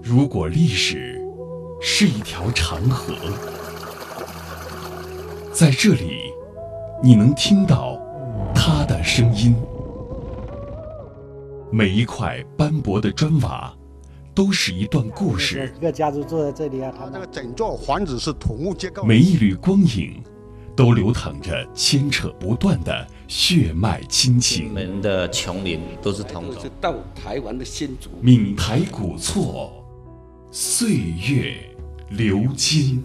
如果历史是一条长河，在这里你能听到它的声音。每一块斑驳的砖瓦都是一段故事， 一个家族住在这里啊，他这个整座房子是土木结构， 每一缕光影都流淌着牵扯不断的血脉亲情。 我们的琼林都是同种， 是到台湾的新竹， 闽台古厝，岁月流金。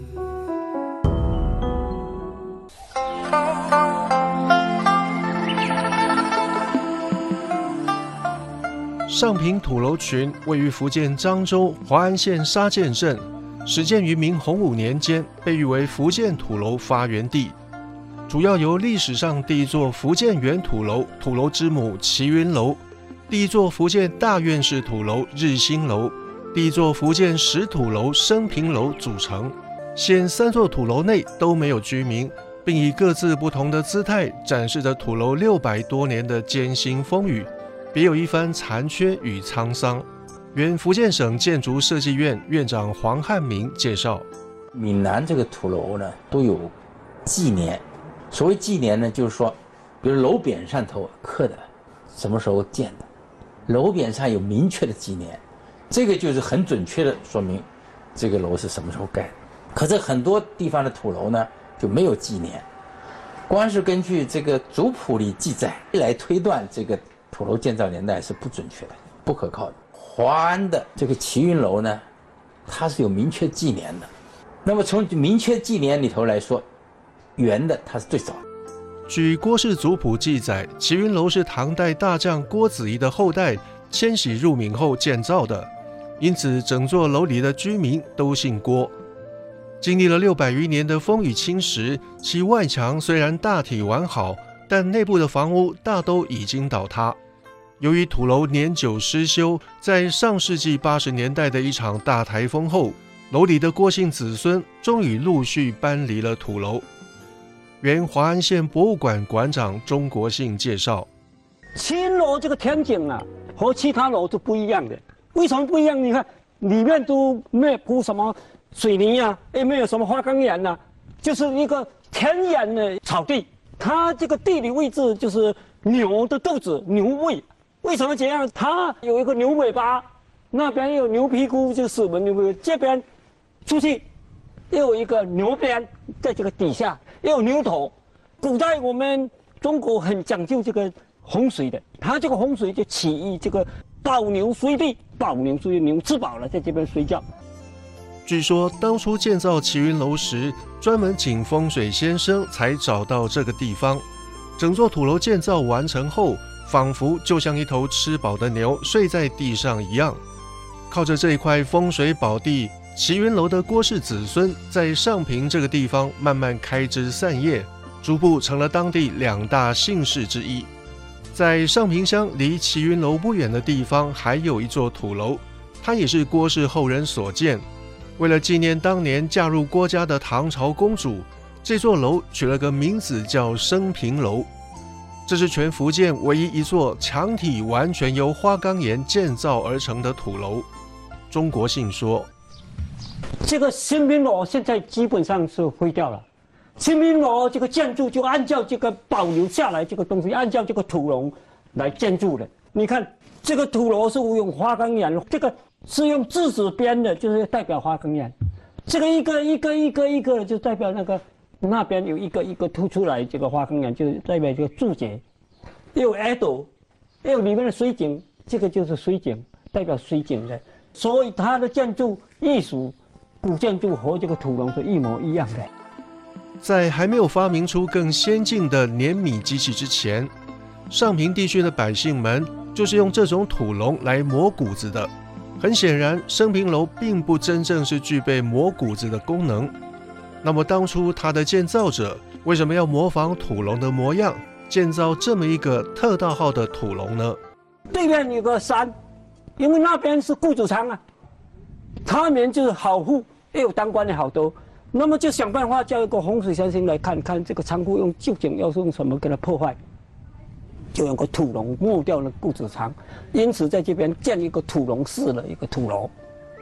上坪土楼群位于福建漳州华安县沙涧镇，始建于明洪武年间，被誉为福建土楼发源地。主要由历史上第一座福建原土楼土楼之母齐云楼，第一座福建大院式土楼日兴楼，第一座福建石土楼升平楼组成。现3座土楼内都没有居民，并以各自不同的姿态展示着土楼600多年的艰辛风雨，别有一番残缺与沧桑。原福建省建筑设计院院长黄汉明介绍， 闽南这个土楼呢都有纪年，所谓纪年呢就是说，比如楼匾上头刻的什么时候建的，楼匾上有明确的纪年，这个就是很准确的说明这个楼是什么时候盖的。可是很多地方的土楼呢就没有纪年，光是根据这个族谱里记载来推断这个土楼建造年代是不准确的、不可靠的。华安的这个齐云楼呢，它是有明确纪年的。那么从明确纪年里头来说，元的它是最早的。 据郭氏族谱记载，齐云楼是唐代大将郭子仪的后代迁徙入闽后建造的，因此整座楼里的居民都姓郭。经历了600余年的风雨侵蚀，其外墙虽然大体完好，但内部的房屋大都已经倒塌。由于土楼年久失修，在上世纪80年代的一场大台风后，楼里的郭姓子孙终于陆续搬离了土楼。原华安县博物馆馆长钟国信介绍， 青楼这个天井啊，和其他楼是不一样的。为什么不一样？你看里面都没有铺什么水泥啊，也没有什么花岗岩啊，就是一个田园的草地。它这个地理位置就是牛的肚子、牛胃。为什么这样？它有一个牛尾巴，那边有牛屁股，就是我们牛屁股，这边出去又有一个牛鞭，在这个底下又有牛头。古代我们中国很讲究这个洪水的，它这个洪水就起于这个抱牛随地，抱牛随地，牛吃饱了在这边睡觉。 据说当初建造齐云楼时，专门请风水先生才找到这个地方。整座土楼建造完成后，仿佛就像一头吃饱的牛睡在地上一样。靠着这一块风水宝地，齐云楼的郭氏子孙在上坪这个地方慢慢开枝散叶，逐步成了当地2大姓氏之一。在上坪乡离齐云楼不远的地方，还有一座土楼，它也是郭氏后人所建。为了纪念当年嫁入郭家的唐朝公主，这座楼取了个名字叫升平楼。这是全福建唯一一座墙体完全由花岗岩建造而成的土楼。钟国信说， 这个升平楼现在基本上是毁掉了。升平楼这个建筑就按照这个保留下来这个东西，按照这个土楼来建筑的。你看这个土楼是用花岗岩，这个是用字纸编的，就是代表花岗岩。这个一个就代表那边有一个一个凸出来，这个花岗岩就代表这个柱节，又有耳朵，又有里面的水井，这个就是水井，代表水井的。所以它的建筑艺术，古建筑和这个土楼是一模一样的。 在还没有发明出更先进的碾米机器之前，上坪地区的百姓们就是用这种土笼来磨谷子的。很显然，升平楼并不真正是具备磨谷子的功能。那么当初它的建造者为什么要模仿土笼的模样，建造这么一个特大号的土笼呢？ 对面有个山，因为那边是雇主场啊，他们就是好户，也有当官的好多，那么就想办法叫一个风水先生来看看这个仓库究竟要用什么给它破坏，就用个土笼没掉了雇主场，因此在这边建一个土笼式的一个土楼。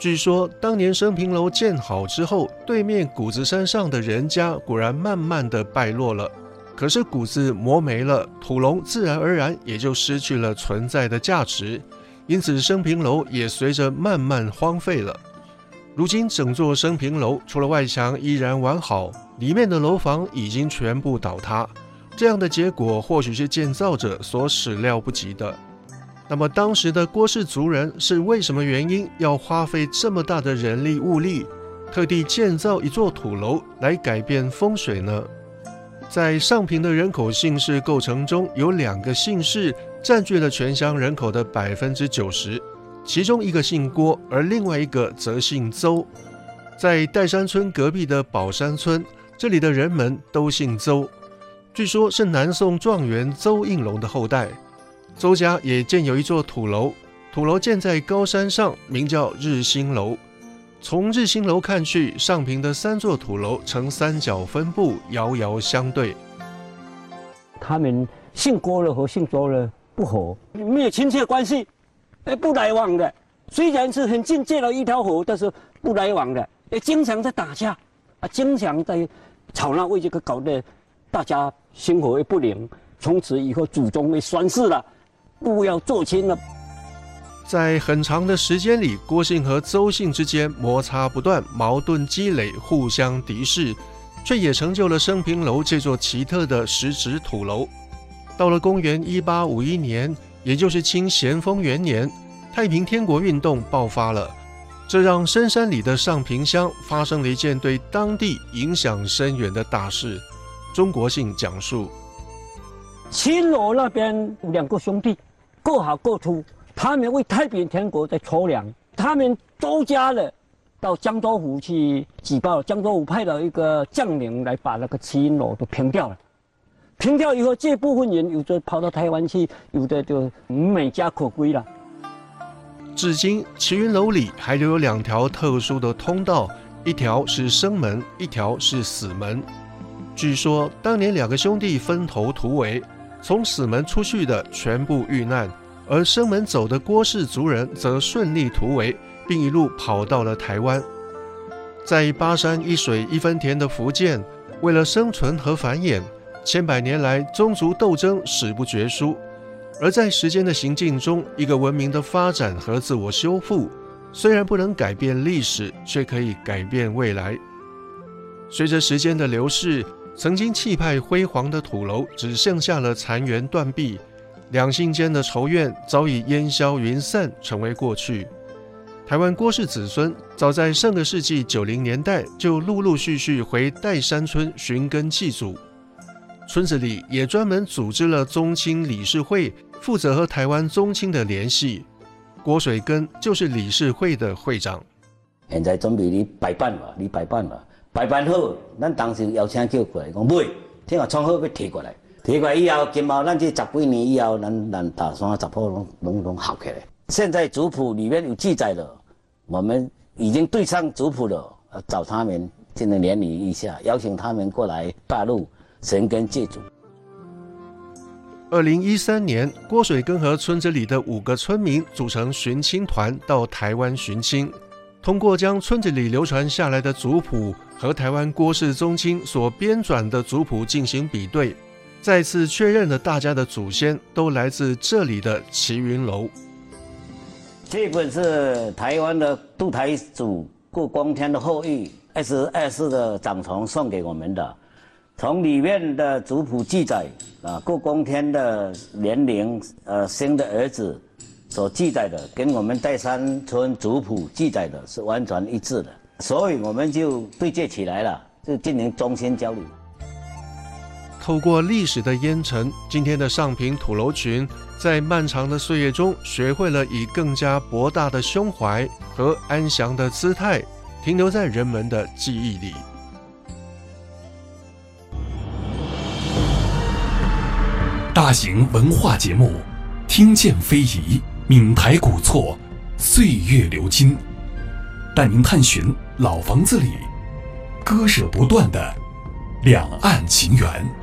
据说当年升平楼建好之后，对面谷子山上的人家果然慢慢的败落了。可是谷子磨没了，土楼自然而然也就失去了存在的价值，因此升平楼也随着慢慢荒废了。如今整座升平楼除了外墙依然完好，里面的楼房已经全部倒塌。这样的结果或许是建造者所始料不及的。那么当时的郭氏族人是为什么原因要花费这么大的人力物力，特地建造一座土楼来改变风水呢？在上平的人口姓氏构成中，有2个姓氏占据了全乡人口的 90%， 其中一个姓郭，而另外一个则姓邹。在岱山村隔壁的宝山村，这里的人们都姓邹，据说是南宋状元邹应龙的后代。邹家也建有一座土楼，土楼建在高山上，名叫日兴楼。从日兴楼看去，上平的3座土楼呈三角分布，遥遥相对。 他们姓郭的和姓邹的不和，没有亲切关系，不来往的。虽然是很近，借了一条河，但是不来往的，经常在打架，经常在吵闹，为这个搞得大家心火不宁。从此以后，祖宗会宣誓了，不要做亲了。 在很长的时间里，郭姓和邹姓之间摩擦不断，矛盾积累，互相敌视，却也成就了升平楼这座奇特的石质土楼。到了公元1851年，也就是清咸丰元年，太平天国运动爆发了，这让深山里的上平乡发生了一件对当地影响深远的大事。钟国信讲述： 青楼那边2个兄弟，各好各粗。他们为太平天国在筹粮，他们邹家的到江州府去举报，江州府派了一个将领来把那个齐云楼都平掉了。平掉以后，这部分人有的跑到台湾去，有的就美家可归了。 至今，齐云楼里还留有2条特殊的通道，一条是生门，一条是死门。据说当年2个兄弟分头突围，从死门出去的全部遇难。而生门走的郭氏族人则顺利突围，并一路跑到了台湾。在8山1水1分田的福建，为了生存和繁衍，千百年来宗族斗争史不绝书。而在时间的行进中，一个文明的发展和自我修复，虽然不能改变历史，却可以改变未来。随着时间的流逝，曾经气派辉煌的土楼只剩下了残垣断壁。2姓间的仇怨早已烟消云散，成为过去。台湾郭氏子孙早在上个世纪90年代就陆陆续续回岱山村寻根祭祖，村子里也专门组织了宗亲理事会，负责和台湾宗亲的联系。郭水根就是理事会的会长。 现在准备你摆办吧，摆办好，咱当时邀请叫过来，讲买，听话创好要提过来。提过来以后，今后咱这10几年以后，咱打算10铺拢合起来。现在族谱里面有记载了，我们已经对上族谱了，找他们进行联谊一下，邀请他们过来大陆寻根祭祖。 2013年，郭水根和村子里的5个村民组成寻亲团到台湾寻亲，通过将村子里流传下来的族谱和台湾郭氏宗亲所编纂的族谱进行比对。再次确认了大家的祖先都来自这里的齐云楼。 这本是台湾的渡台主顾光天的后裔22世的长虫送给我们的，从里面的族谱记载顾光天的年龄生的儿子所记载的，跟我们岱山村族谱记载的是完全一致的，所以我们就对接起来了，就进行中心交流。 透过历史的烟尘，今天的上平土楼群在漫长的岁月中，学会了以更加博大的胸怀和安详的姿态，停留在人们的记忆里。 大型文化节目，听见非遗，闽台古厝，岁月流金，带您探寻老房子里割舍不断的两岸情缘。